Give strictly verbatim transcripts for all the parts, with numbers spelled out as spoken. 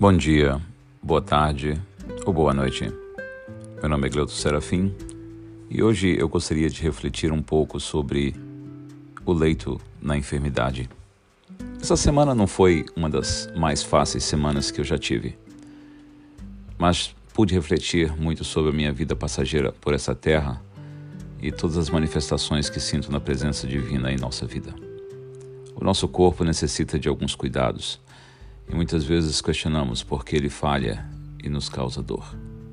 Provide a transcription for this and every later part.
Bom dia, boa tarde ou boa noite. Meu nome é Gleuto Serafim e hoje eu gostaria de refletir um pouco sobre o leito na enfermidade. Essa semana não foi uma das mais fáceis semanas que eu já tive, mas pude refletir muito sobre a minha vida passageira por essa terra e todas as manifestações que sinto na presença divina em nossa vida. O nosso corpo necessita de alguns cuidados e muitas vezes questionamos por que ele falha e nos causa dor.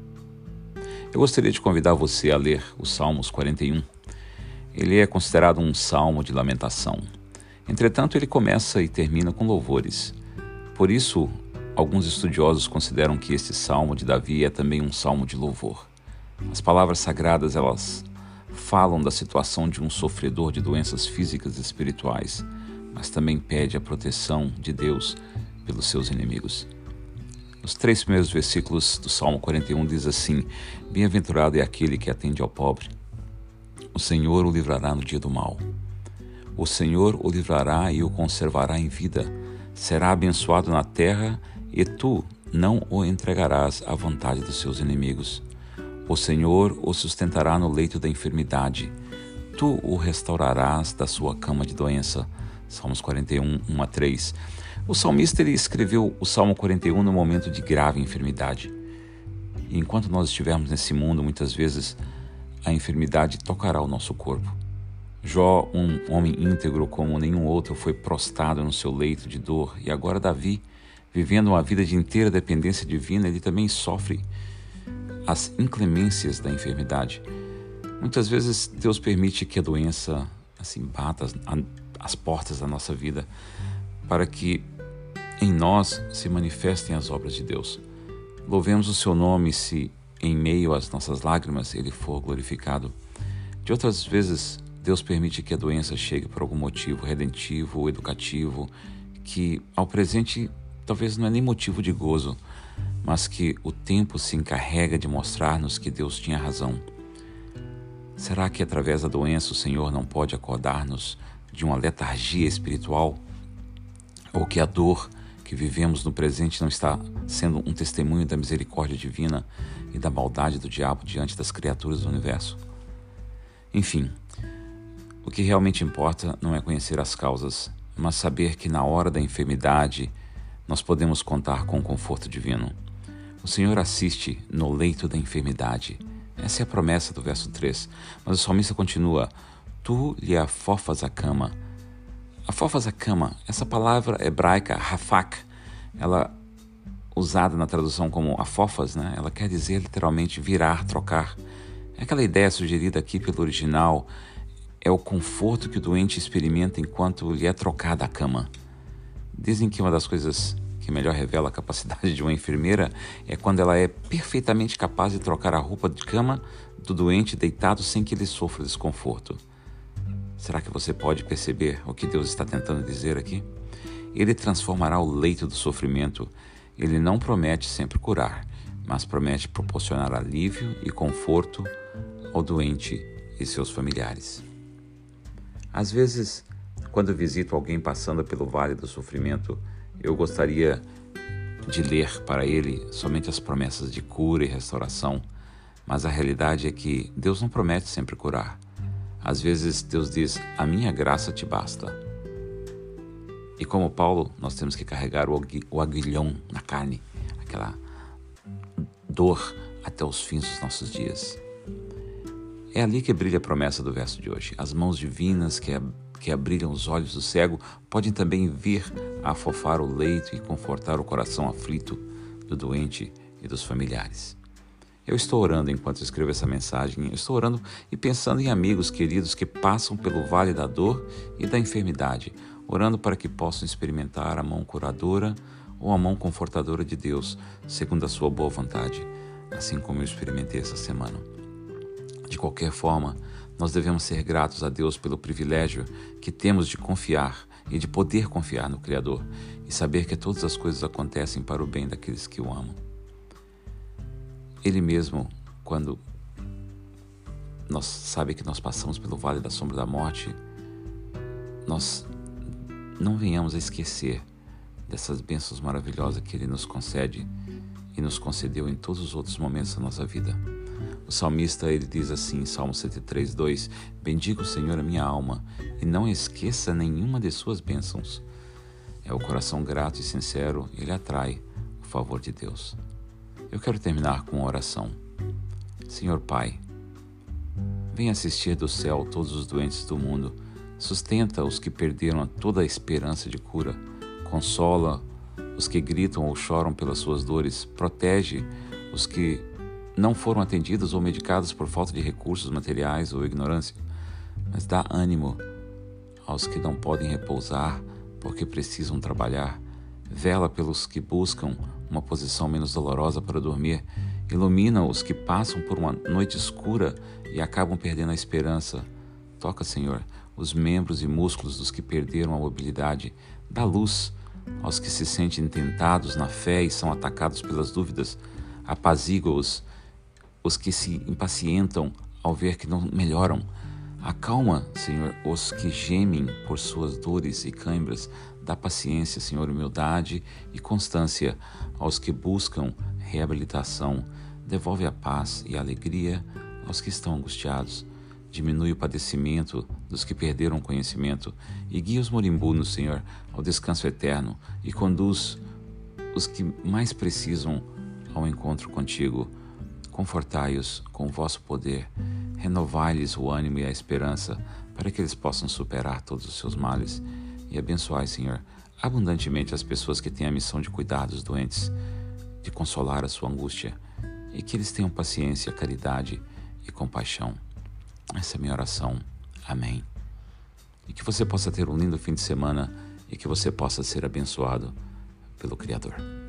Eu gostaria de convidar você a ler o Salmos quarenta e um. Ele é considerado um salmo de lamentação. Entretanto, ele começa e termina com louvores. Por isso, alguns estudiosos consideram que este salmo de Davi é também um salmo de louvor. As palavras sagradas, elas falam da situação de um sofredor de doenças físicas e espirituais, mas também pede a proteção de Deus pelos seus inimigos. Os três primeiros versículos do Salmo quarenta e um diz assim: Bem-aventurado é aquele que atende ao pobre. O Senhor o livrará no dia do mal. O Senhor o livrará e o conservará em vida. Será abençoado na terra e tu não o entregarás à vontade dos seus inimigos. O Senhor o sustentará no leito da enfermidade. Tu o restaurarás da sua cama de doença. Salmos quarenta e um, um a três. O salmista ele escreveu o Salmo quarenta e um no momento de grave enfermidade. E enquanto nós estivermos nesse mundo, muitas vezes a enfermidade tocará o nosso corpo. Jó, um homem íntegro como nenhum outro, foi prostrado no seu leito de dor. E agora Davi, vivendo uma vida de inteira dependência divina, ele também sofre as inclemências da enfermidade. Muitas vezes Deus permite que a doença assim bata as, as portas da nossa vida para que em nós se manifestem as obras de Deus. Louvemos o seu nome se em meio às nossas lágrimas ele for glorificado. De outras vezes, Deus permite que a doença chegue por algum motivo redentivo ou educativo, que ao presente talvez não é nem motivo de gozo, mas que o tempo se encarrega de mostrar-nos que Deus tinha razão. Será que através da doença o Senhor não pode acordar-nos de uma letargia espiritual? Ou que a dor que vivemos no presente não está sendo um testemunho da misericórdia divina e da maldade do diabo diante das criaturas do universo? Enfim, o que realmente importa não é conhecer as causas, mas saber que na hora da enfermidade nós podemos contar com o conforto divino. O Senhor assiste no leito da enfermidade. Essa é a promessa do verso três. Mas o salmista continua: Tu lhe afofas a cama. Afofas a cama, essa palavra hebraica, rafak, ela usada na tradução como afofas, né? Ela quer dizer literalmente virar, trocar. É aquela ideia sugerida aqui pelo original, é o conforto que o doente experimenta enquanto lhe é trocada a cama. Dizem que uma das coisas que melhor revela a capacidade de uma enfermeira é quando ela é perfeitamente capaz de trocar a roupa de cama do doente deitado sem que ele sofra desconforto. Será que você pode perceber o que Deus está tentando dizer aqui? Ele transformará o leito do sofrimento. Ele não promete sempre curar, mas promete proporcionar alívio e conforto ao doente e seus familiares. Às vezes, quando visito alguém passando pelo vale do sofrimento, eu gostaria de ler para ele somente as promessas de cura e restauração, mas a realidade é que Deus não promete sempre curar. Às vezes Deus diz: a minha graça te basta. E como Paulo, nós temos que carregar o aguilhão na carne, aquela dor até os fins dos nossos dias. É ali que brilha a promessa do verso de hoje. As mãos divinas que, que abriram os olhos do cego podem também vir a afofar o leito e confortar o coração aflito do doente e dos familiares. Eu estou orando enquanto escrevo essa mensagem, eu estou orando e pensando em amigos queridos que passam pelo vale da dor e da enfermidade, orando para que possam experimentar a mão curadora ou a mão confortadora de Deus, segundo a sua boa vontade, assim como eu experimentei essa semana. De qualquer forma, nós devemos ser gratos a Deus pelo privilégio que temos de confiar e de poder confiar no Criador e saber que todas as coisas acontecem para o bem daqueles que o amam. Ele mesmo, quando nós sabe que nós passamos pelo vale da sombra da morte, nós não venhamos a esquecer dessas bênçãos maravilhosas que Ele nos concede e nos concedeu em todos os outros momentos da nossa vida. O salmista, ele diz assim em Salmo cento e três, dois: bendiga o Senhor a minha alma e não esqueça nenhuma de suas bênçãos. É o coração grato e sincero, ele atrai o favor de Deus. Eu quero terminar com uma oração. Senhor Pai, venha assistir do céu todos os doentes do mundo, sustenta os que perderam toda a esperança de cura, consola os que gritam ou choram pelas suas dores, protege os que não foram atendidos ou medicados por falta de recursos materiais ou ignorância, mas dá ânimo aos que não podem repousar porque precisam trabalhar. Vela pelos que buscam uma posição menos dolorosa para dormir. Ilumina os que passam por uma noite escura e acabam perdendo a esperança. Toca, Senhor, os membros e músculos dos que perderam a mobilidade. Dá luz aos que se sentem tentados na fé e são atacados pelas dúvidas. Apazigua-os, os que se impacientam ao ver que não melhoram. Acalma, Senhor, os que gemem por suas dores e cãibras. Dá paciência, Senhor, humildade e constância aos que buscam reabilitação. Devolve a paz e a alegria aos que estão angustiados. Diminui o padecimento dos que perderam o conhecimento e guia os moribundos, Senhor, ao descanso eterno e conduz os que mais precisam ao encontro contigo. Confortai-os com o vosso poder, renovai-lhes o ânimo e a esperança para que eles possam superar todos os seus males e abençoai, Senhor, abundantemente as pessoas que têm a missão de cuidar dos doentes, de consolar a sua angústia e que eles tenham paciência, caridade e compaixão. Essa é a minha oração. Amém. E que você possa ter um lindo fim de semana e que você possa ser abençoado pelo Criador.